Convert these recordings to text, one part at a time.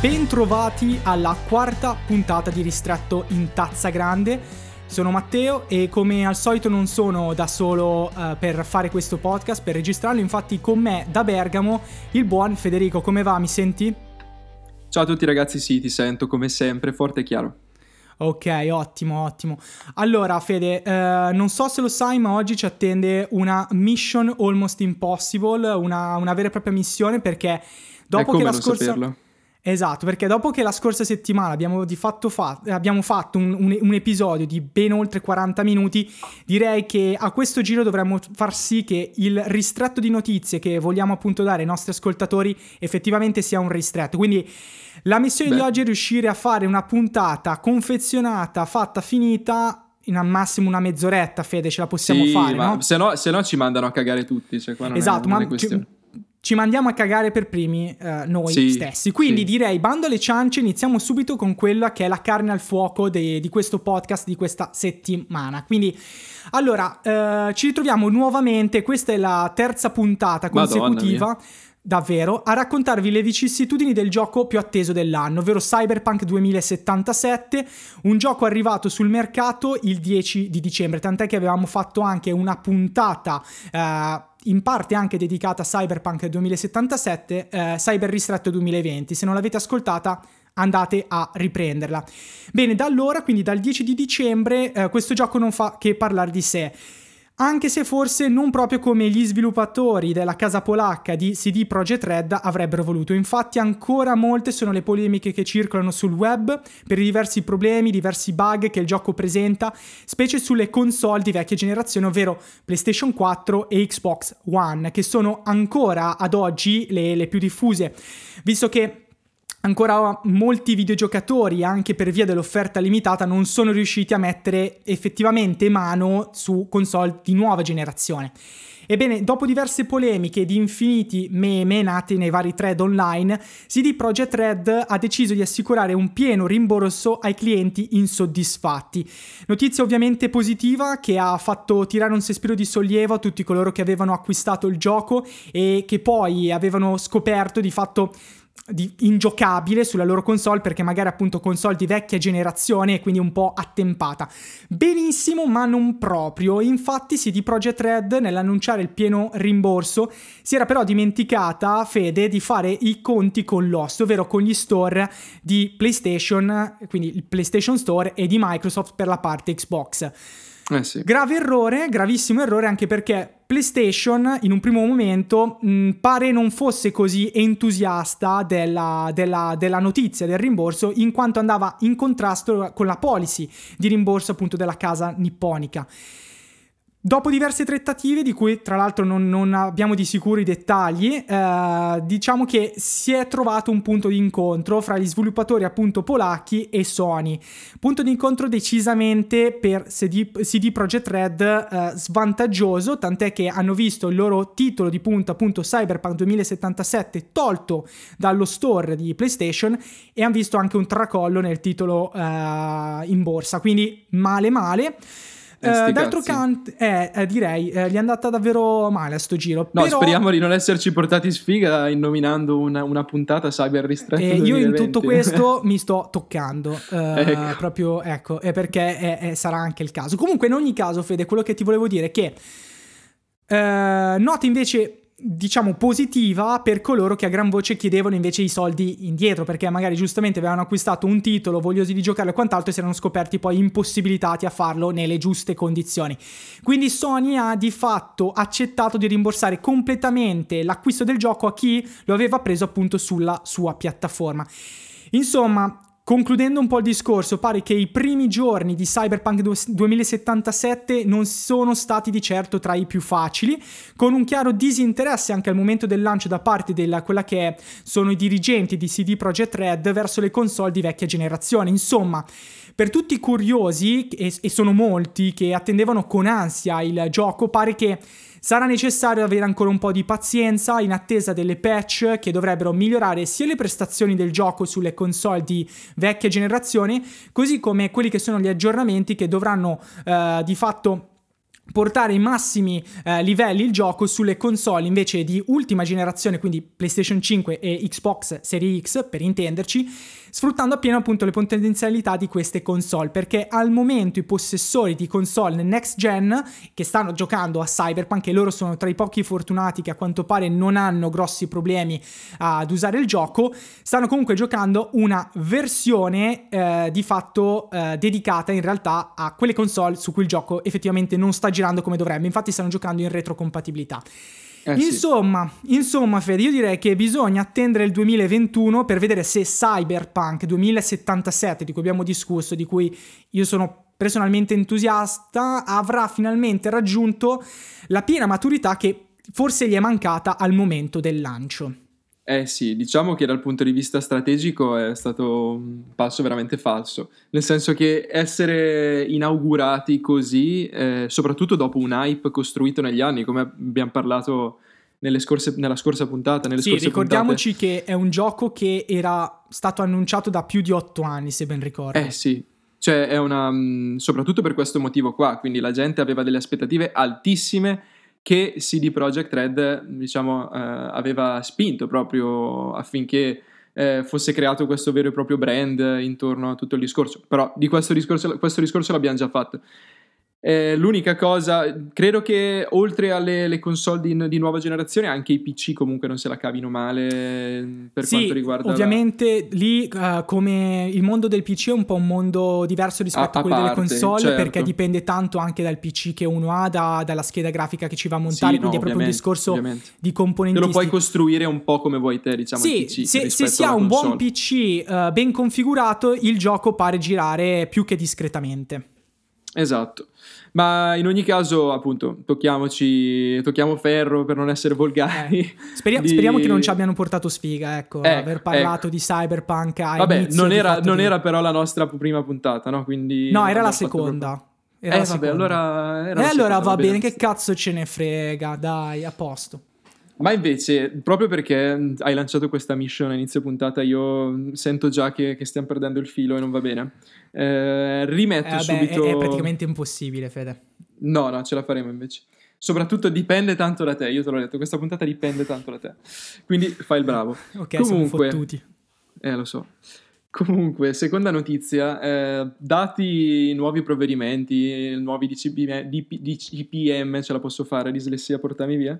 Bentrovati alla quarta puntata di Ristretto in Tazza Grande. Sono Matteo e come al solito non sono da solo per fare questo podcast, per registrarlo. Infatti con me da Bergamo il buon Federico. Come va? Mi senti? Ciao a tutti ragazzi, sì, ti sento come sempre, forte e chiaro. Ok, ottimo. Allora Fede, non so se lo sai, ma oggi ci attende una mission almost impossible, una vera e propria missione, perché dopo che la scorsa... saperlo. Esatto, perché dopo che la scorsa settimana abbiamo fatto un episodio di ben oltre 40 minuti, direi che a questo giro dovremmo far sì che il ristretto di notizie che vogliamo appunto dare ai nostri ascoltatori effettivamente sia un ristretto. Quindi la missione di oggi è riuscire a fare una puntata confezionata, fatta, finita, in al massimo una mezz'oretta, Fede, ce la possiamo fare, ma no? se no ci mandano a cagare tutti, cioè qua non Esatto, non ma è questione. ci mandiamo a cagare per primi noi stessi. Quindi direi, bando alle ciance, iniziamo subito con quella che è la carne al fuoco di questo podcast di questa settimana. Quindi, allora, ci ritroviamo nuovamente, questa è la terza puntata consecutiva, davvero, a raccontarvi le vicissitudini del gioco più atteso dell'anno, ovvero Cyberpunk 2077, un gioco arrivato sul mercato il 10 di dicembre, tant'è che avevamo fatto anche una puntata in parte anche dedicata a Cyberpunk 2077, Cyber Ristretto 2020. Se non l'avete ascoltata, andate a riprenderla. Bene, da allora, quindi dal 10 di dicembre, questo gioco non fa che parlare di sé. Anche se forse non proprio come gli sviluppatori della casa polacca di CD Projekt Red avrebbero voluto. Infatti ancora molte sono le polemiche che circolano sul web per i diversi problemi, diversi bug che il gioco presenta, specie sulle console di vecchia generazione, ovvero PlayStation 4 e Xbox One, che sono ancora ad oggi le più diffuse, visto che ancora molti videogiocatori, anche per via dell'offerta limitata, non sono riusciti a mettere effettivamente mano su console di nuova generazione. Ebbene, dopo diverse polemiche ed infiniti meme nati nei vari thread online, CD Projekt Red ha deciso di assicurare un pieno rimborso ai clienti insoddisfatti. Notizia ovviamente positiva che ha fatto tirare un sospiro di sollievo a tutti coloro che avevano acquistato il gioco e che poi avevano scoperto di fatto ingiocabile sulla loro console, perché magari appunto console di vecchia generazione e quindi un po' attempata. Benissimo, ma non proprio. Infatti CD Projekt Red, nell'annunciare il pieno rimborso, si era però dimenticata, Fede, di fare i conti con l'host, ovvero con gli store di PlayStation, quindi il PlayStation Store, e di Microsoft per la parte Xbox. Sì. Grave errore, gravissimo errore, anche perché PlayStation in un primo momento pare non fosse così entusiasta della notizia del rimborso, in quanto andava in contrasto con la policy di rimborso appunto della casa nipponica. Dopo diverse trattative, di cui tra l'altro non abbiamo di sicuro i dettagli, diciamo che si è trovato un punto di incontro fra gli sviluppatori appunto polacchi e Sony. Punto di incontro decisamente per CD Projekt Red svantaggioso, tant'è che hanno visto il loro titolo di punta, appunto Cyberpunk 2077, tolto dallo store di PlayStation, e hanno visto anche un tracollo nel titolo in borsa, quindi male. D'altro canto, direi, gli è andata davvero male a sto giro. No, però, speriamo di non esserci portati sfiga innominando una puntata Cyber Ristretto 2020. Io in tutto questo mi sto toccando, ecco. proprio, ecco, è perché sarà anche il caso. Comunque, in ogni caso, Fede, quello che ti volevo dire è che nota invece, diciamo, positiva per coloro che a gran voce chiedevano invece i soldi indietro, perché magari giustamente avevano acquistato un titolo vogliosi di giocarlo e quant'altro, e si erano scoperti poi impossibilitati a farlo nelle giuste condizioni. Quindi Sony ha di fatto accettato di rimborsare completamente l'acquisto del gioco a chi lo aveva preso appunto sulla sua piattaforma. Insomma, concludendo un po' il discorso, pare che i primi giorni di Cyberpunk 2077 non sono stati di certo tra i più facili, con un chiaro disinteresse anche al momento del lancio da parte di quella che sono i dirigenti di CD Projekt Red verso le console di vecchia generazione. Insomma, per tutti i curiosi, e sono molti che attendevano con ansia il gioco, pare che sarà necessario avere ancora un po' di pazienza in attesa delle patch che dovrebbero migliorare sia le prestazioni del gioco sulle console di vecchia generazione, così come quelli che sono gli aggiornamenti che dovranno di fatto portare ai massimi livelli il gioco sulle console invece di ultima generazione, quindi PlayStation 5 e Xbox Series X per intenderci, sfruttando appieno appunto le potenzialità di queste console, perché al momento i possessori di console next gen che stanno giocando a Cyberpunk, e loro sono tra i pochi fortunati che a quanto pare non hanno grossi problemi ad usare il gioco, stanno comunque giocando una versione di fatto dedicata in realtà a quelle console su cui il gioco effettivamente non sta girando come dovrebbe, infatti stanno giocando in retrocompatibilità. Insomma, Fede, io direi che bisogna attendere il 2021 per vedere se Cyberpunk 2077, di cui abbiamo discusso, di cui io sono personalmente entusiasta, avrà finalmente raggiunto la piena maturità che forse gli è mancata al momento del lancio. Sì, diciamo che dal punto di vista strategico è stato un passo veramente falso, nel senso che essere inaugurati così, soprattutto dopo un hype costruito negli anni, come abbiamo parlato nella scorsa puntata, ricordiamoci che è un gioco che era stato annunciato da più di 8 anni, se ben ricordo. Sì, cioè è soprattutto per questo motivo qua, quindi la gente aveva delle aspettative altissime che CD Projekt Red, diciamo, aveva spinto proprio affinché fosse creato questo vero e proprio brand intorno a tutto il discorso. Però di questo discorso l'abbiamo già fatto. L'unica cosa, credo che oltre alle console di nuova generazione, anche i PC comunque non se la cavino male per quanto riguarda ovviamente lì come il mondo del PC è un po' un mondo diverso rispetto a quello delle console, certo, perché dipende tanto anche dal PC che uno ha, dalla scheda grafica che ci va a montare, quindi è proprio un discorso di componentistica. Te lo puoi costruire un po' come vuoi te, diciamo, il PC. Se si ha un buon PC ben configurato, il gioco pare girare più che discretamente. Esatto. Ma in ogni caso, appunto, tocchiamo ferro per non essere volgari. Speriamo che non ci abbiano portato sfiga, aver parlato di Cyberpunk a inizio. Non era però la nostra prima puntata, no? Quindi no, era la seconda. Allora va bene, che cazzo ce ne frega, dai, a posto. Ma invece, proprio perché hai lanciato questa mission a inizio puntata, io sento già che stiamo perdendo il filo e non va bene. Rimetto subito... È praticamente impossibile, Fede. No, ce la faremo invece. Soprattutto dipende tanto da te, io te l'ho detto, questa puntata dipende tanto da te. Quindi fai il bravo. Ok, comunque, siamo fottuti. Lo so. Comunque, seconda notizia, dati i nuovi provvedimenti, nuovi DPM, ce la posso fare, dislessia, portami via,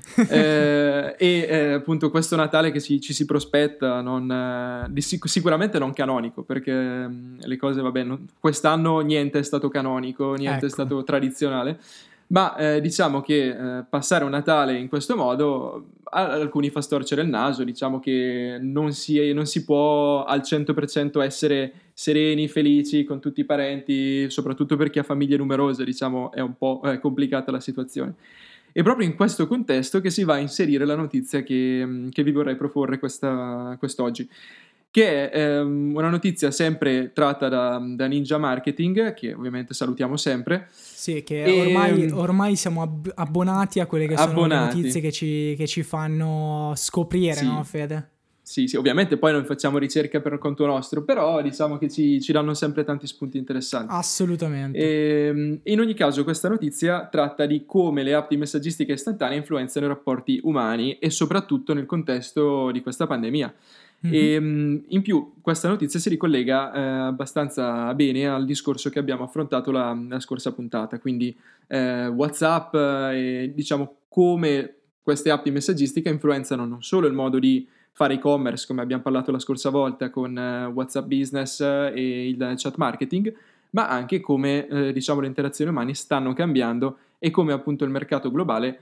appunto questo Natale che ci si prospetta, sicuramente non canonico, perché le cose, quest'anno niente è stato canonico, niente è stato tradizionale, ma diciamo che passare un Natale in questo modo a alcuni fa storcere il naso, diciamo che non si può al 100% essere sereni, felici con tutti i parenti, soprattutto per chi ha famiglie numerose, diciamo è un po' complicata la situazione. E proprio in questo contesto che si va a inserire la notizia che vi vorrei proporre quest'oggi, che è una notizia sempre tratta da Ninja Marketing, che ovviamente salutiamo sempre. Sì, che ormai siamo abbonati a quelle che sono le notizie che ci fanno scoprire, sì. No, Fede? Sì, ovviamente poi noi facciamo ricerca per conto nostro, però diciamo che ci danno sempre tanti spunti interessanti. Assolutamente. In ogni caso questa notizia tratta di come le app di messaggistica istantanea influenzano i rapporti umani e soprattutto nel contesto di questa pandemia. E in più questa notizia si ricollega abbastanza bene al discorso che abbiamo affrontato la scorsa puntata, quindi WhatsApp e diciamo come queste app di messaggistica influenzano non solo il modo di fare e-commerce, come abbiamo parlato la scorsa volta con WhatsApp Business e il chat marketing, ma anche come diciamo le interazioni umane stanno cambiando e come appunto il mercato globale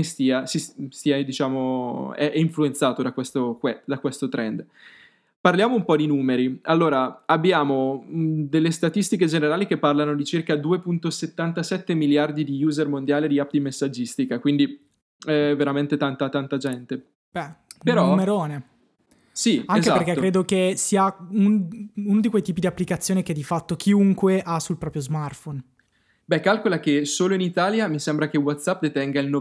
diciamo, è influenzato da questo trend. Parliamo un po' di numeri. Allora, abbiamo delle statistiche generali che parlano di circa 2,77 miliardi di user mondiali di app di messaggistica, quindi veramente tanta gente. Però, un numerone. Sì, anche esatto. Perché credo che sia uno di quei tipi di applicazione che di fatto chiunque ha sul proprio smartphone. Beh, calcola che solo in Italia mi sembra che WhatsApp detenga il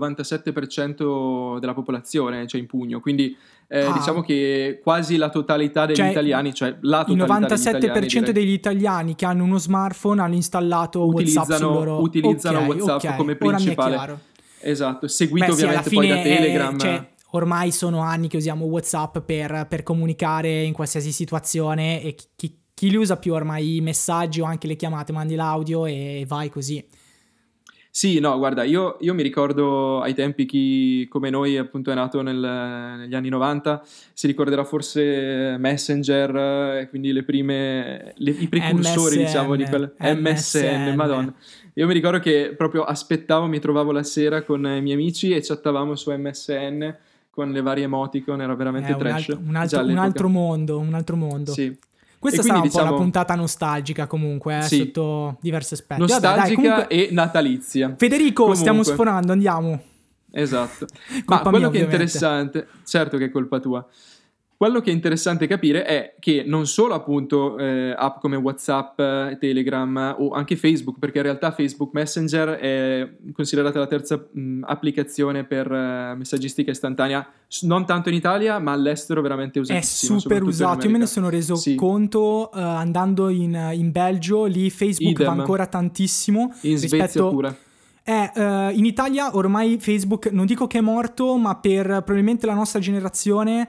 97% della popolazione, cioè in pugno, quindi diciamo che quasi la totalità degli italiani, cioè la il totalità degli 97% italiani, degli italiani che hanno uno smartphone hanno installato WhatsApp sul loro... utilizzano WhatsApp come ora mi è principale. chiaro. Esatto, seguito ovviamente poi da Telegram. Ormai sono anni che usiamo WhatsApp per comunicare in qualsiasi situazione, e chi li usa più ormai i messaggi o anche le chiamate, mandi l'audio e vai così. Sì, no, guarda, io mi ricordo ai tempi chi come noi appunto è nato negli anni 90, si ricorderà forse Messenger, quindi i precursori MSN, diciamo di quel MSN, madonna. Io mi ricordo che proprio aspettavo, mi trovavo la sera con i miei amici e chattavamo su MSN con le varie emoticon, era veramente trash. Un altro mondo. Sì. Questa sarà un po' una puntata nostalgica comunque, sì, sotto diversi aspetti. Nostalgica comunque... e natalizia. Federico, comunque, stiamo sforando, andiamo. Esatto. Ma quello che è interessante, certo che è colpa tua. Quello che è interessante capire è che non solo appunto app come WhatsApp, Telegram o anche Facebook, perché in realtà Facebook Messenger è considerata la terza applicazione per messaggistica istantanea, non tanto in Italia ma all'estero veramente usatissimo. È super usato, io me ne sono reso conto andando in Belgio, lì Facebook va ancora tantissimo. In Svezia pure. In Italia ormai Facebook non dico che è morto, ma per probabilmente la nostra generazione,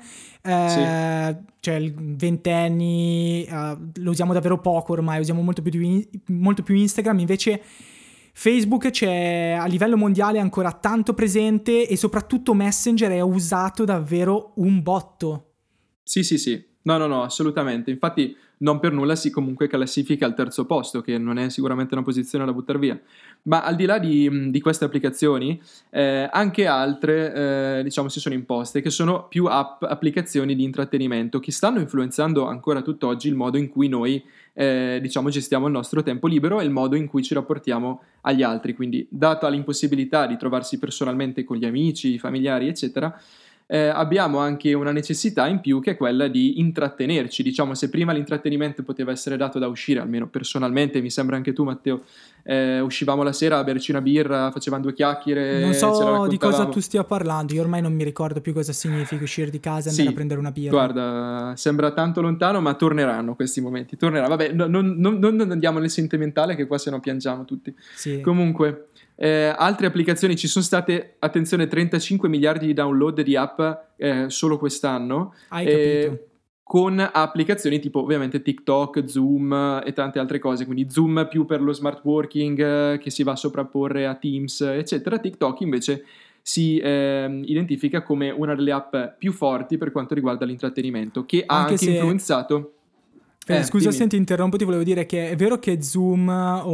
cioè il ventenni, lo usiamo davvero poco ormai, usiamo molto più Instagram. Invece Facebook c'è a livello mondiale ancora tanto presente, e soprattutto Messenger è usato davvero un botto. Sì. No, assolutamente. Infatti non per nulla si comunque classifica al terzo posto, che non è sicuramente una posizione da buttare via. Ma al di là di queste applicazioni, anche altre diciamo si sono imposte, che sono più applicazioni di intrattenimento, che stanno influenzando ancora tutt'oggi il modo in cui noi diciamo gestiamo il nostro tempo libero e il modo in cui ci rapportiamo agli altri. Quindi, data l'impossibilità di trovarsi personalmente con gli amici, i familiari, eccetera, abbiamo anche una necessità in più, che è quella di intrattenerci. Diciamo, se prima l'intrattenimento poteva essere dato da uscire, almeno personalmente, mi sembra anche tu Matteo, uscivamo la sera a berci una birra, facevamo due chiacchiere, non so di cosa tu stia parlando, io ormai non mi ricordo più cosa significa uscire di casa e andare a prendere una birra. Guarda, sembra tanto lontano, ma torneranno questi momenti, vabbè, non andiamo nel sentimentale, che qua se no piangiamo tutti. Comunque altre applicazioni, ci sono state, attenzione, 35 miliardi di download di app solo quest'anno. Hai capito? Con applicazioni tipo ovviamente TikTok, Zoom e tante altre cose. Quindi Zoom più per lo smart working, che si va a sovrapporre a Teams, eccetera. TikTok invece si identifica come una delle app più forti per quanto riguarda l'intrattenimento, che ha anche influenzato... scusa se ti interrompo, ti volevo dire che è vero che Zoom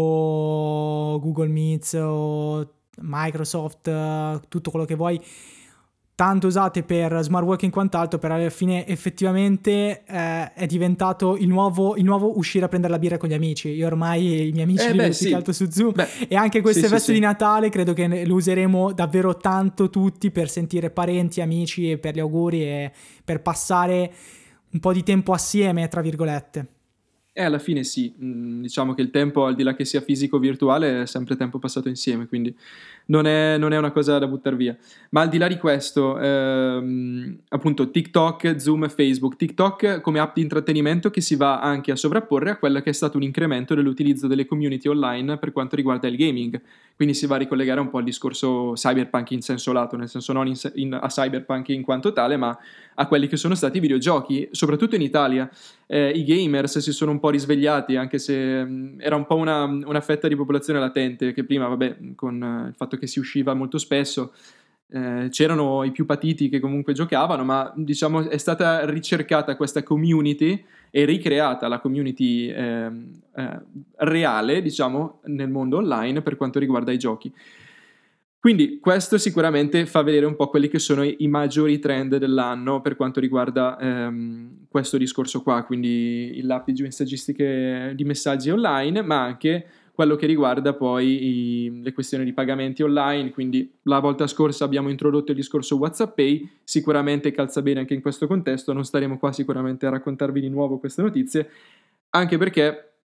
o Google Meet o Microsoft, tutto quello che vuoi, tanto usate per smart working e quant'altro, però alla fine effettivamente è diventato il nuovo uscire a prendere la birra con gli amici. Io ormai i miei amici li vedo più che altro su Zoom, e anche queste feste di Natale credo che lo useremo davvero tanto tutti, per sentire parenti, amici, e per gli auguri e per passare un po' di tempo assieme, tra virgolette. Alla fine sì, diciamo che il tempo, al di là che sia fisico o virtuale, è sempre tempo passato insieme, quindi non è una cosa da buttare via. Ma al di là di questo, appunto TikTok, Zoom e Facebook. TikTok come app di intrattenimento che si va anche a sovrapporre a quello che è stato un incremento dell'utilizzo delle community online per quanto riguarda il gaming. Quindi si va a ricollegare un po' al discorso cyberpunk in senso lato, nel senso non a cyberpunk in quanto tale, ma a quelli che sono stati i videogiochi, soprattutto in Italia. I gamers si sono un po' risvegliati, anche se era un po' una fetta di popolazione latente, che prima, vabbè, con il fatto che si usciva molto spesso, c'erano i più patiti che comunque giocavano, ma diciamo è stata ricercata questa community e ricreata la community reale, diciamo, nel mondo online per quanto riguarda i giochi. Quindi questo sicuramente fa vedere un po' quelli che sono i maggiori trend dell'anno per quanto riguarda questo discorso qua, quindi l'app di messaggistiche di messaggi online, ma anche quello che riguarda poi le questioni di pagamenti online. Quindi la volta scorsa abbiamo introdotto il discorso WhatsApp Pay, sicuramente calza bene anche in questo contesto, non staremo qua sicuramente a raccontarvi di nuovo queste notizie, anche perché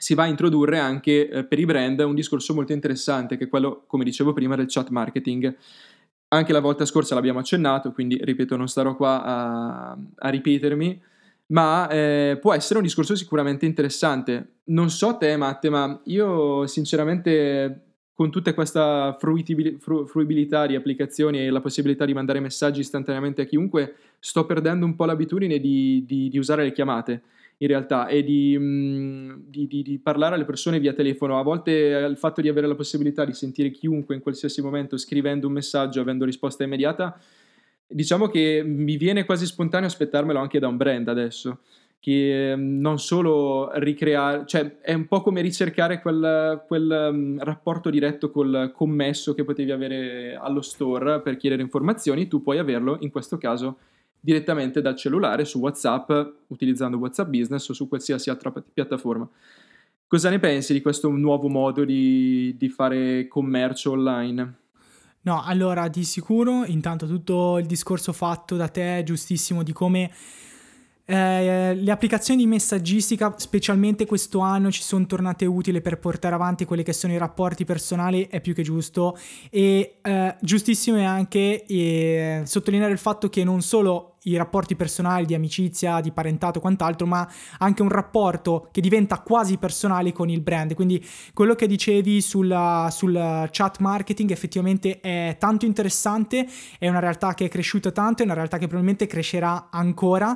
si va a introdurre anche per i brand un discorso molto interessante, che è quello, come dicevo prima, del chat marketing. Anche la volta scorsa l'abbiamo accennato, quindi ripeto, non starò qua a ripetermi, ma può essere un discorso sicuramente interessante. Non so te, Matte, ma io sinceramente, con tutta questa fruibilità di applicazioni e la possibilità di mandare messaggi istantaneamente a chiunque, sto perdendo un po' l'abitudine di usare le chiamate, in realtà, e di parlare alle persone via telefono. A volte il fatto di avere la possibilità di sentire chiunque in qualsiasi momento scrivendo un messaggio, avendo risposta immediata, diciamo che mi viene quasi spontaneo aspettarmelo anche da un brand adesso, che non solo ricreare, cioè è un po' come ricercare quel rapporto diretto col commesso che potevi avere allo store per chiedere informazioni. Tu puoi averlo, in questo caso, direttamente dal cellulare, su WhatsApp, utilizzando WhatsApp Business o su qualsiasi altra piattaforma. Cosa ne pensi di questo nuovo modo di fare commercio online? No, allora di sicuro, intanto tutto il discorso fatto da te è giustissimo di come le applicazioni di messaggistica, specialmente questo anno, ci sono tornate utili per portare avanti quelli che sono i rapporti personali, è più che giusto. E giustissimo è anche sottolineare il fatto che non solo i rapporti personali di amicizia, di parentato e quant'altro, ma anche un rapporto che diventa quasi personale con il brand. Quindi quello che dicevi sul chat marketing effettivamente è tanto interessante, è una realtà che è cresciuta tanto, è una realtà che probabilmente crescerà ancora.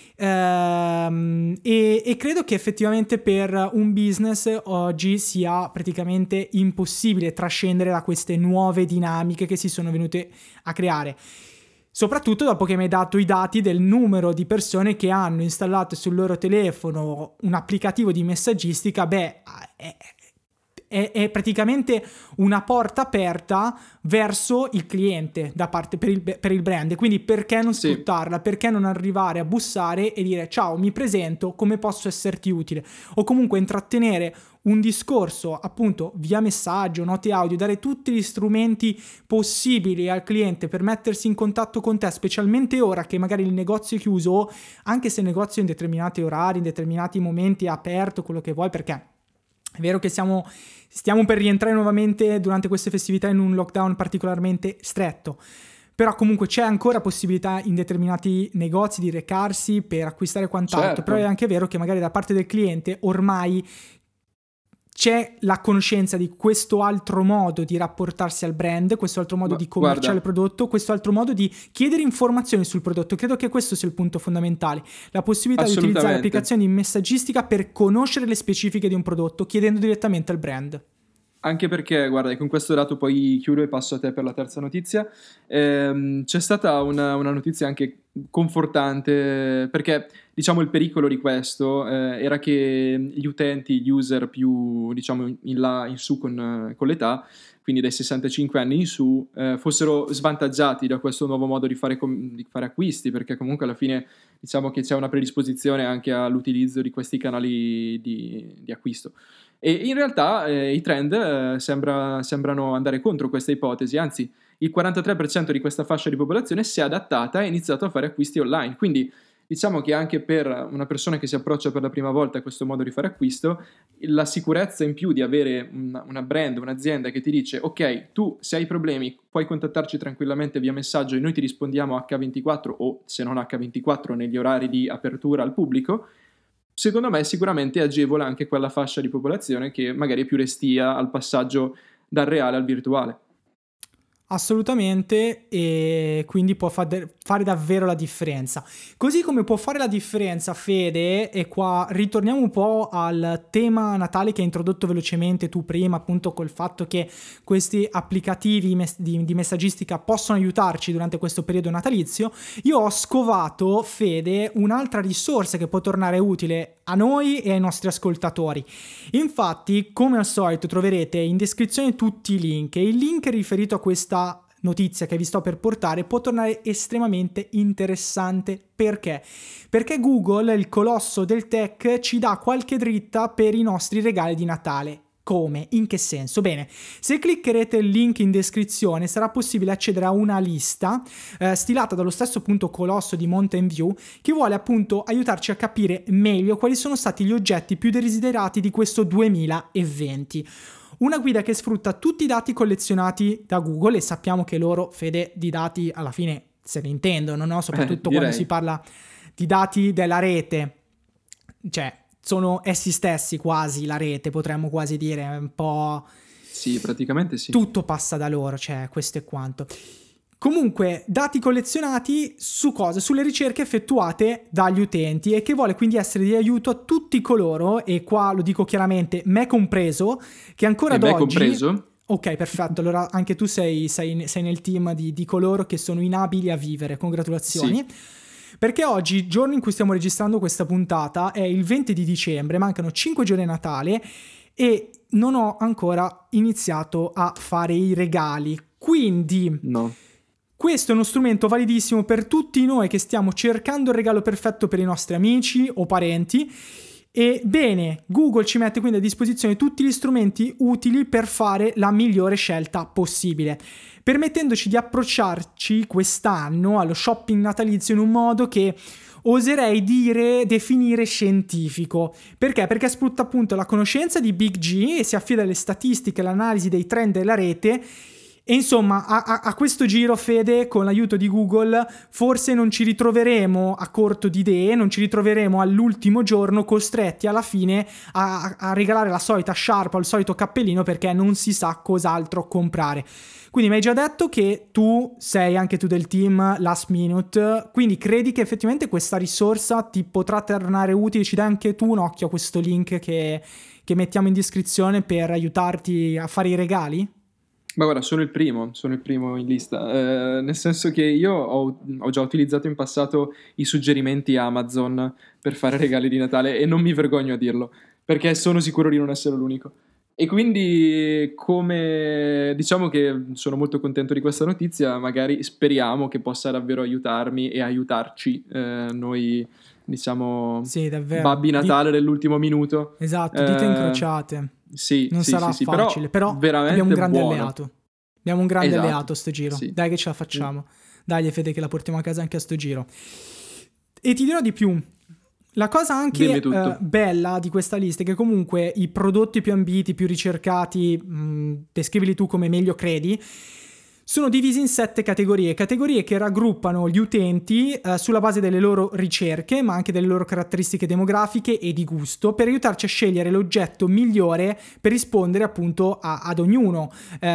E credo che effettivamente per un business oggi sia praticamente impossibile trascendere da queste nuove dinamiche che si sono venute a creare, soprattutto dopo che mi hai dato i dati del numero di persone che hanno installato sul loro telefono un applicativo di messaggistica. È praticamente una porta aperta verso il cliente da parte per il brand. Quindi perché non sfruttarla? Perché non arrivare a bussare e dire ciao, mi presento, come posso esserti utile? O comunque intrattenere un discorso appunto via messaggio, note audio, dare tutti gli strumenti possibili al cliente per mettersi in contatto con te, specialmente ora che magari il negozio è chiuso, anche se il negozio in determinati orari, in determinati momenti è aperto, quello che vuoi, perché è vero che stiamo per rientrare nuovamente durante queste festività in un lockdown particolarmente stretto, però comunque c'è ancora possibilità in determinati negozi di recarsi per acquistare quant'altro. Certo. Però è anche vero che magari da parte del cliente ormai c'è la conoscenza di questo altro modo di rapportarsi al brand, questo altro modo di commerciare il prodotto, questo altro modo di chiedere informazioni sul prodotto. Credo che questo sia il punto fondamentale, la possibilità di utilizzare applicazioni di messaggistica per conoscere le specifiche di un prodotto chiedendo direttamente al brand. Anche perché, guarda, con questo dato poi chiudo e passo a te per la terza notizia. C'è stata una notizia anche confortante, perché diciamo il pericolo di questo era che gli utenti, gli user più diciamo in su con l'età, quindi dai 65 anni in su, fossero svantaggiati da questo nuovo modo di fare acquisti, perché comunque alla fine diciamo che c'è una predisposizione anche all'utilizzo di questi canali di acquisto. E in realtà i trend sembrano andare contro questa ipotesi, anzi il 43% di questa fascia di popolazione si è adattata e ha iniziato a fare acquisti online, quindi diciamo che anche per una persona che si approccia per la prima volta a questo modo di fare acquisto, la sicurezza in più di avere una brand, un'azienda che ti dice ok, tu se hai problemi puoi contattarci tranquillamente via messaggio e noi ti rispondiamo H24 o se non H24 negli orari di apertura al pubblico, secondo me sicuramente agevola anche quella fascia di popolazione che magari è più restia al passaggio dal reale al virtuale. Assolutamente, e quindi può fare davvero la differenza. Così come può fare la differenza, Fede, e qua ritorniamo un po' al tema Natale che hai introdotto velocemente tu prima, appunto col fatto che questi applicativi di messaggistica possono aiutarci durante questo periodo natalizio. Io ho scovato, Fede, un'altra risorsa che può tornare utile a noi e ai nostri ascoltatori. Infatti, come al solito, troverete in descrizione tutti i link, e il link riferito a questa notizia che vi sto per portare può tornare estremamente interessante. Perché? Perché Google, il colosso del tech, ci dà qualche dritta per i nostri regali di Natale. Come? In che senso? Bene, se cliccherete il link in descrizione sarà possibile accedere a una lista stilata dallo stesso appunto colosso di Mountain View, che vuole appunto aiutarci a capire meglio quali sono stati gli oggetti più desiderati di questo 2020. Una guida che sfrutta tutti i dati collezionati da Google, e sappiamo che loro, Fede, di dati alla fine se ne intendono, no? Soprattutto quando si parla di dati della rete, cioè sono essi stessi quasi la rete, potremmo quasi dire, un po'... Sì, praticamente sì. Tutto passa da loro, cioè questo è quanto. Comunque, dati collezionati su cosa? Sulle ricerche effettuate dagli utenti, e che vuole quindi essere di aiuto a tutti coloro, e qua lo dico chiaramente, me compreso, che ancora ad oggi... compreso? Ok, perfetto, allora anche tu sei nel team di coloro che sono inabili a vivere, congratulazioni. Sì. Perché oggi, giorno in cui stiamo registrando questa puntata, è il 20 di dicembre, mancano 5 giorni a Natale e non ho ancora iniziato a fare i regali. Quindi, no. Questo è uno strumento validissimo per tutti noi che stiamo cercando il regalo perfetto per i nostri amici o parenti. E bene, Google ci mette quindi a disposizione tutti gli strumenti utili per fare la migliore scelta possibile, permettendoci di approcciarci quest'anno allo shopping natalizio in un modo che oserei definire scientifico. Perché? Perché sfrutta appunto la conoscenza di Big G e si affida alle statistiche e all'analisi dei trend della rete. E insomma, a questo giro, Fede, con l'aiuto di Google, forse non ci ritroveremo a corto di idee, non ci ritroveremo all'ultimo giorno costretti alla fine a regalare la solita sciarpa o il solito cappellino perché non si sa cos'altro comprare. Quindi mi hai già detto che tu sei anche tu del team Last Minute, quindi credi che effettivamente questa risorsa ti potrà tornare utile? Ci dai anche tu un occhio a questo link che mettiamo in descrizione per aiutarti a fare i regali? Ma guarda, sono il primo in lista, nel senso che io ho già utilizzato in passato i suggerimenti Amazon per fare regali di Natale e non mi vergogno a dirlo, perché sono sicuro di non essere l'unico. E quindi, come diciamo che sono molto contento di questa notizia, magari speriamo che possa davvero aiutarmi e aiutarci noi, diciamo, sì, davvero. Babbi Natale dell'ultimo minuto. Esatto, dita incrociate. Sì, non sarà facile, però abbiamo un grande alleato. Abbiamo un grande alleato sto giro. Sì. Dai che ce la facciamo. Dai, Fede, che la portiamo a casa anche a sto giro. E ti dirò di più. La cosa anche bella di questa lista è che comunque i prodotti più ambiti, più ricercati, descrivili tu come meglio credi, sono divisi in 7 categorie che raggruppano gli utenti sulla base delle loro ricerche, ma anche delle loro caratteristiche demografiche e di gusto, per aiutarci a scegliere l'oggetto migliore per rispondere appunto ad ognuno,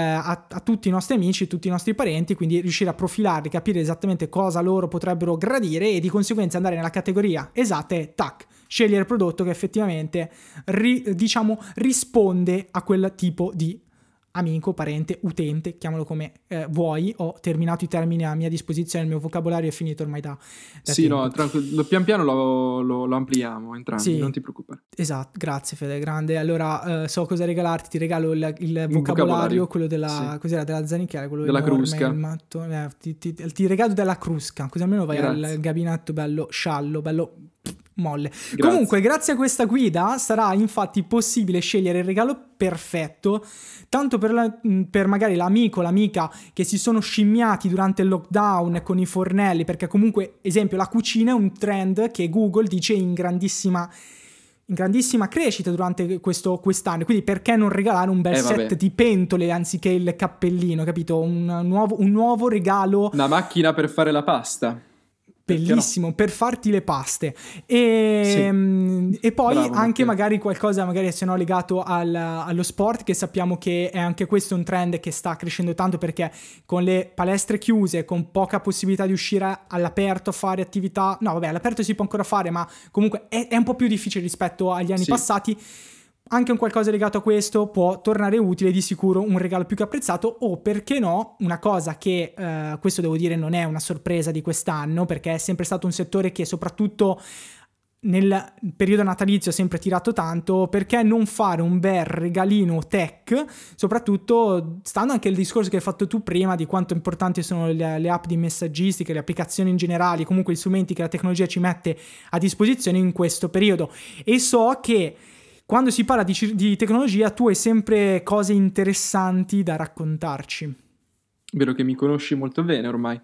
a tutti i nostri amici, tutti i nostri parenti, quindi riuscire a profilarli, capire esattamente cosa loro potrebbero gradire e di conseguenza andare nella categoria esatta e tac, scegliere il prodotto che effettivamente risponde a quel tipo di amico, parente, utente, chiamalo come vuoi. Ho terminato i termini a mia disposizione, il mio vocabolario è finito ormai da sì, tempo. No, tranquillo, pian piano lo ampliamo entrambi, sì. Non ti preoccupare. Esatto, grazie Fede, grande. Allora so cosa regalarti, ti regalo il vocabolario, quello della, sì. Cos'era, della Zanicchiale, quello della Crusca. Ti regalo della Crusca, così almeno vai al gabinetto bello sciallo, bello molle. Grazie. Comunque, grazie a questa guida sarà infatti possibile scegliere il regalo perfetto, tanto per magari l'amico, l'amica che si sono scimmiati durante il lockdown con i fornelli, perché comunque, esempio, la cucina è un trend che Google dice in grandissima crescita durante quest'anno, quindi perché non regalare un bel set di pentole anziché il cappellino, capito? Un nuovo regalo. Una macchina per fare la pasta. Bellissimo, no? Per farti le paste e poi bravo, anche magari qualcosa magari se no legato allo sport, che sappiamo che è anche questo un trend che sta crescendo tanto, perché con le palestre chiuse, con poca possibilità di uscire all'aperto a fare attività, no vabbè all'aperto si può ancora fare, ma comunque è un po' più difficile rispetto agli anni passati. Anche un qualcosa legato a questo può tornare utile, di sicuro un regalo più che apprezzato, o perché no, una cosa che, questo devo dire non è una sorpresa di quest'anno, perché è sempre stato un settore che soprattutto nel periodo natalizio ha sempre tirato tanto, perché non fare un bel regalino tech, soprattutto stando anche il discorso che hai fatto tu prima di quanto importanti sono le app di messaggistica, le applicazioni in generale, comunque gli strumenti che la tecnologia ci mette a disposizione in questo periodo. E so che quando si parla di tecnologia tu hai sempre cose interessanti da raccontarci. Vero che mi conosci molto bene ormai,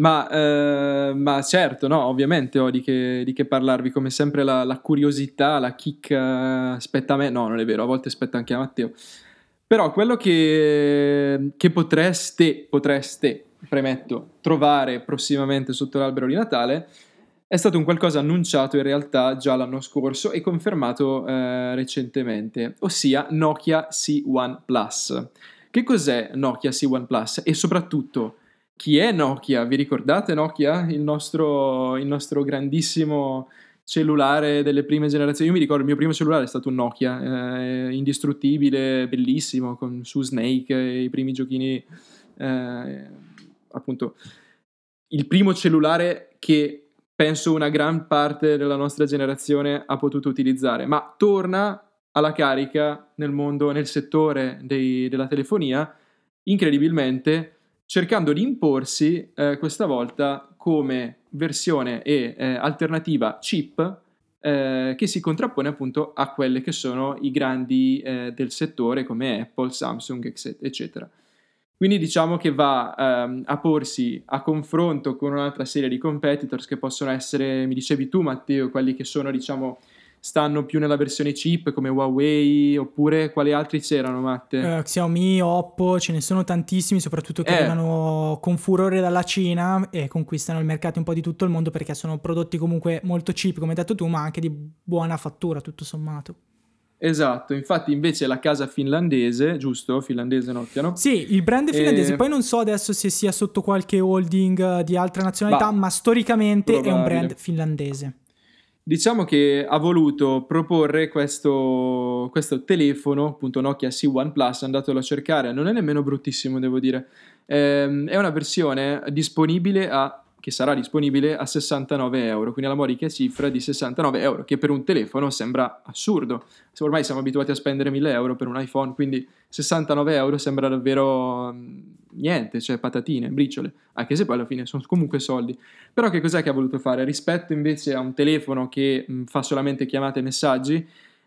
ma certo, no, ovviamente ho di che parlarvi, come sempre la curiosità, la chicca spetta a me, no, non è vero, a volte spetta anche a Matteo, però quello che potreste, premetto, trovare prossimamente sotto l'albero di Natale è stato un qualcosa annunciato in realtà già l'anno scorso e confermato recentemente, ossia Nokia C1 Plus. Che cos'è Nokia C1 Plus? E soprattutto, chi è Nokia? Vi ricordate Nokia? Il nostro grandissimo cellulare delle prime generazioni. Io mi ricordo il mio primo cellulare è stato un Nokia, indistruttibile, bellissimo, su Snake, i primi giochini, appunto, il primo cellulare che penso una gran parte della nostra generazione ha potuto utilizzare, ma torna alla carica nel mondo, nel settore della telefonia, incredibilmente, cercando di imporsi questa volta come versione e alternativa chip che si contrappone appunto a quelle che sono i grandi del settore come Apple, Samsung, eccetera. Quindi diciamo che va a porsi a confronto con un'altra serie di competitors che possono essere, mi dicevi tu Matteo, quelli che sono, diciamo, stanno più nella versione chip come Huawei, oppure quali altri c'erano, Matte? Xiaomi, Oppo, ce ne sono tantissimi, soprattutto che arrivano con furore dalla Cina e conquistano il mercato un po' di tutto il mondo perché sono prodotti comunque molto cheap, come hai detto tu, ma anche di buona fattura, tutto sommato. Esatto, infatti invece la casa finlandese, giusto? Finlandese Nokia, no? Sì, il brand è finlandese, poi non so adesso se sia sotto qualche holding di altra nazionalità, ma storicamente probabile. È un brand finlandese. Diciamo che ha voluto proporre questo telefono, appunto Nokia C1 Plus, andatelo a cercare, non è nemmeno bruttissimo devo dire, è una versione disponibile che sarà disponibile a 69 euro, quindi alla modica cifra di 69 euro, che per un telefono sembra assurdo. Ormai siamo abituati a spendere 1000 euro per un iPhone, quindi 69 euro sembra davvero niente, cioè patatine, briciole, anche se poi alla fine sono comunque soldi. Però che cos'è che ha voluto fare? Rispetto invece a un telefono che fa solamente chiamate e messaggi,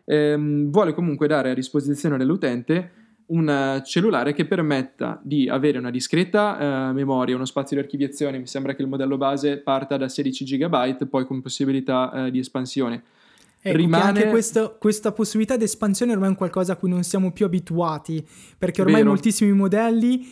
vuole comunque dare a disposizione dell'utente un cellulare che permetta di avere una discreta memoria, uno spazio di archiviazione. Mi sembra che il modello base parta da 16 GB, poi con possibilità di espansione. Ecco, anche questa possibilità di espansione ormai è un qualcosa a cui non siamo più abituati, perché ormai moltissimi modelli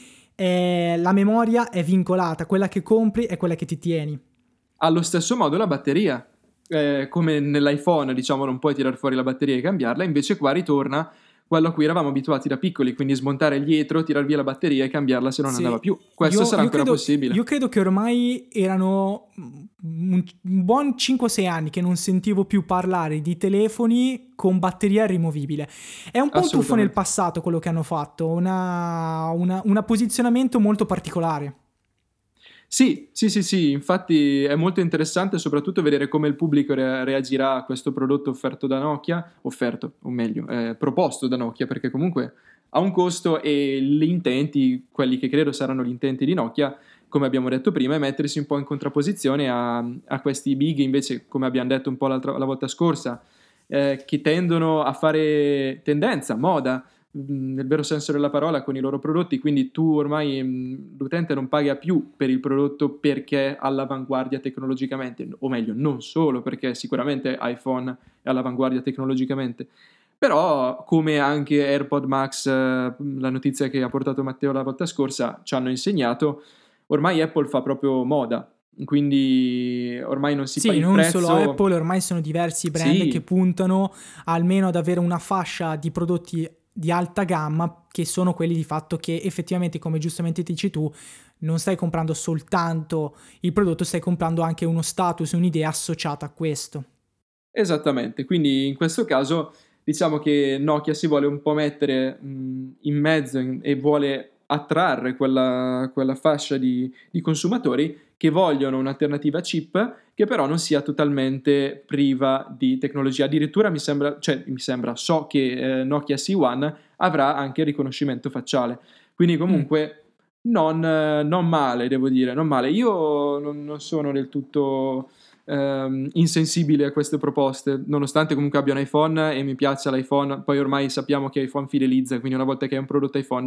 la memoria è vincolata, quella che compri è quella che ti tieni. Allo stesso modo la batteria, come nell'iPhone, diciamo, non puoi tirar fuori la batteria e cambiarla, invece qua ritorna quello a cui eravamo abituati da piccoli, quindi smontare il dietro, tirar via la batteria e cambiarla se non andava più. Questo sarà ancora possibile. Io credo che ormai erano un buon 5-6 anni che non sentivo più parlare di telefoni con batteria rimovibile. È un po' un tuffo nel passato quello che hanno fatto, un posizionamento molto particolare. Sì, infatti è molto interessante soprattutto vedere come il pubblico reagirà a questo prodotto offerto da Nokia, proposto da Nokia, perché comunque ha un costo e gli intenti, quelli che credo saranno gli intenti di Nokia, come abbiamo detto prima, è mettersi un po' in contrapposizione a questi big, invece, come abbiamo detto un po' la volta scorsa, che tendono a fare tendenza, moda, nel vero senso della parola, con i loro prodotti. Quindi tu ormai l'utente non paga più per il prodotto perché è all'avanguardia tecnologicamente, o meglio, non solo perché sicuramente iPhone è all'avanguardia tecnologicamente, però come anche AirPod Max, la notizia che ha portato Matteo la volta scorsa, ci hanno insegnato, ormai Apple fa proprio moda. Quindi ormai non si fa il prezzo. Sì, non solo Apple, ormai sono diversi brand che puntano almeno ad avere una fascia di prodotti di alta gamma, che sono quelli di fatto che effettivamente, come giustamente dici tu, non stai comprando soltanto il prodotto, stai comprando anche uno status, un'idea associata a questo. Esattamente, quindi in questo caso diciamo che Nokia si vuole un po' mettere in mezzo e vuole attrarre quella fascia di consumatori che vogliono un'alternativa chip che però non sia totalmente priva di tecnologia. Addirittura so che Nokia C1 avrà anche il riconoscimento facciale, quindi comunque non male, devo dire, non male. Io non sono del tutto insensibile a queste proposte, nonostante comunque abbia un iPhone e mi piaccia l'iPhone. Poi ormai sappiamo che iPhone fidelizza, quindi una volta che hai un prodotto iPhone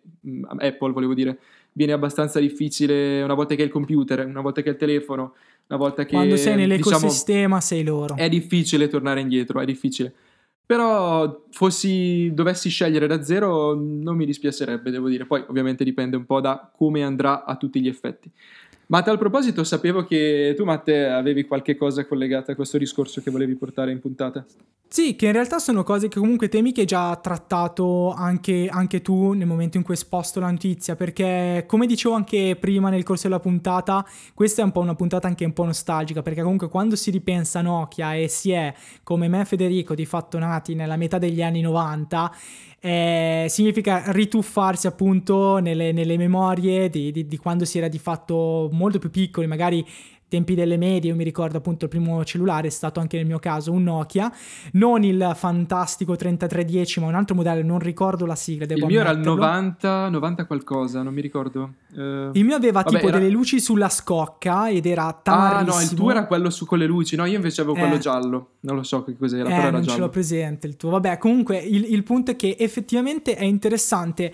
Apple volevo dire, viene abbastanza difficile una volta che hai il computer, una volta che hai il telefono, una volta che quando sei nell'ecosistema sei loro. È difficile tornare indietro, è difficile. Però dovessi scegliere da zero non mi dispiacerebbe, devo dire. Poi ovviamente dipende un po' da come andrà a tutti gli effetti. Ma a tal proposito sapevo che tu, Matte, avevi qualche cosa collegata a questo discorso che volevi portare in puntata. Sì, che in realtà sono cose che comunque temi che hai già trattato anche tu nel momento in cui hai esposto la notizia, perché come dicevo anche prima nel corso della puntata, questa è un po' una puntata anche un po' nostalgica, perché comunque quando si ripensa a Nokia e si è, come me e Federico, di fatto nati nella metà degli anni 90, significa rituffarsi appunto nelle memorie di quando si era di fatto molto più piccoli, magari tempi delle medie. Io mi ricordo appunto il primo cellulare è stato anche nel mio caso un Nokia, non il fantastico 3310 ma un altro modello, non ricordo la sigla, devo il mio ammetterlo. Era il 90 qualcosa, non mi ricordo. Il mio aveva delle luci sulla scocca ed era tamarrissimo. No, il tuo era quello con le luci, no, io invece avevo quello giallo, non lo so che cos'era, però era non giallo. Ce l'ho presente il tuo. Vabbè, comunque il punto è che effettivamente è interessante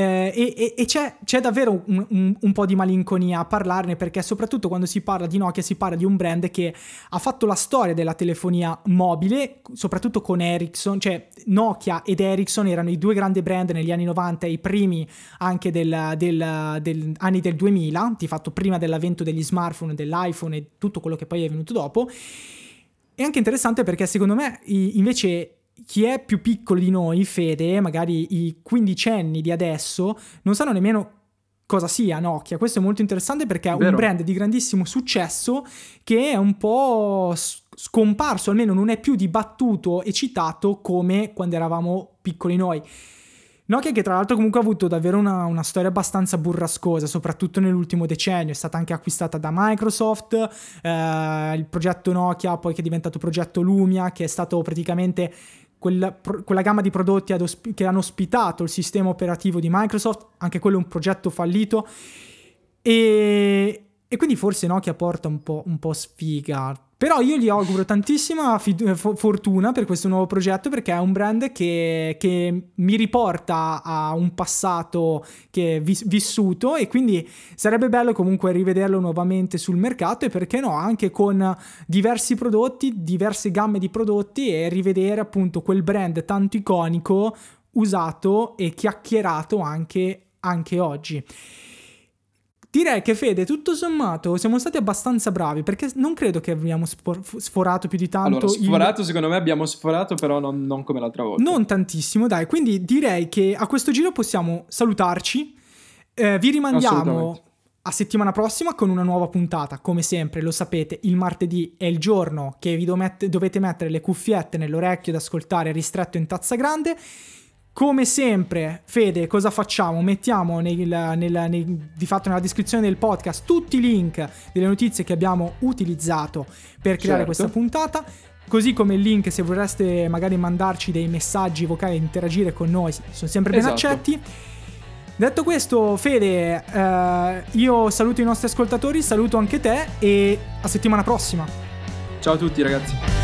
e c'è davvero un po' di malinconia a parlarne, perché soprattutto quando si parla di Nokia si parla di un brand che ha fatto la storia della telefonia mobile, soprattutto con Ericsson. Cioè Nokia ed Ericsson erano i due grandi brand negli anni 90 e i primi anche del anni del 2000, di fatto prima dell'avvento degli smartphone, dell'iPhone e tutto quello che poi è venuto dopo. È anche interessante perché secondo me invece chi è più piccolo di noi, Fede, magari i quindicenni di adesso, non sanno nemmeno cosa sia Nokia. Questo è molto interessante perché è un brand di grandissimo successo che è un po' scomparso, almeno non è più dibattuto e citato come quando eravamo piccoli noi. Nokia che tra l'altro comunque ha avuto davvero una storia abbastanza burrascosa, soprattutto nell'ultimo decennio. È stata anche acquistata da Microsoft, il progetto Nokia poi che è diventato progetto Lumia, che è stato praticamente quella gamma di prodotti che hanno ospitato il sistema operativo di Microsoft, anche quello è un progetto fallito e quindi forse Nokia porta un po' sfiga. Però io gli auguro tantissima fortuna per questo nuovo progetto, perché è un brand che mi riporta a un passato che è vissuto, e quindi sarebbe bello comunque rivederlo nuovamente sul mercato, e perché no anche con diversi prodotti, diverse gamme di prodotti, e rivedere appunto quel brand tanto iconico, usato e chiacchierato anche oggi. Direi che Fede, tutto sommato siamo stati abbastanza bravi, perché non credo che abbiamo sforato più di tanto. Allora, secondo me abbiamo sforato, però non come l'altra volta. Non tantissimo, dai. Quindi direi che a questo giro possiamo salutarci. Vi rimandiamo a settimana prossima con una nuova puntata. Come sempre, lo sapete, il martedì è il giorno che vi dovete mettere le cuffiette nell'orecchio ed ascoltare Ristretto in Tazza Grande. Come sempre, Fede, cosa facciamo? Mettiamo di fatto nella descrizione del podcast tutti i link delle notizie che abbiamo utilizzato per creare questa puntata, così come il link se vorreste magari mandarci dei messaggi vocali e interagire con noi, sono sempre ben accetti. Detto questo, Fede, io saluto i nostri ascoltatori, saluto anche te e a settimana prossima. Ciao a tutti ragazzi.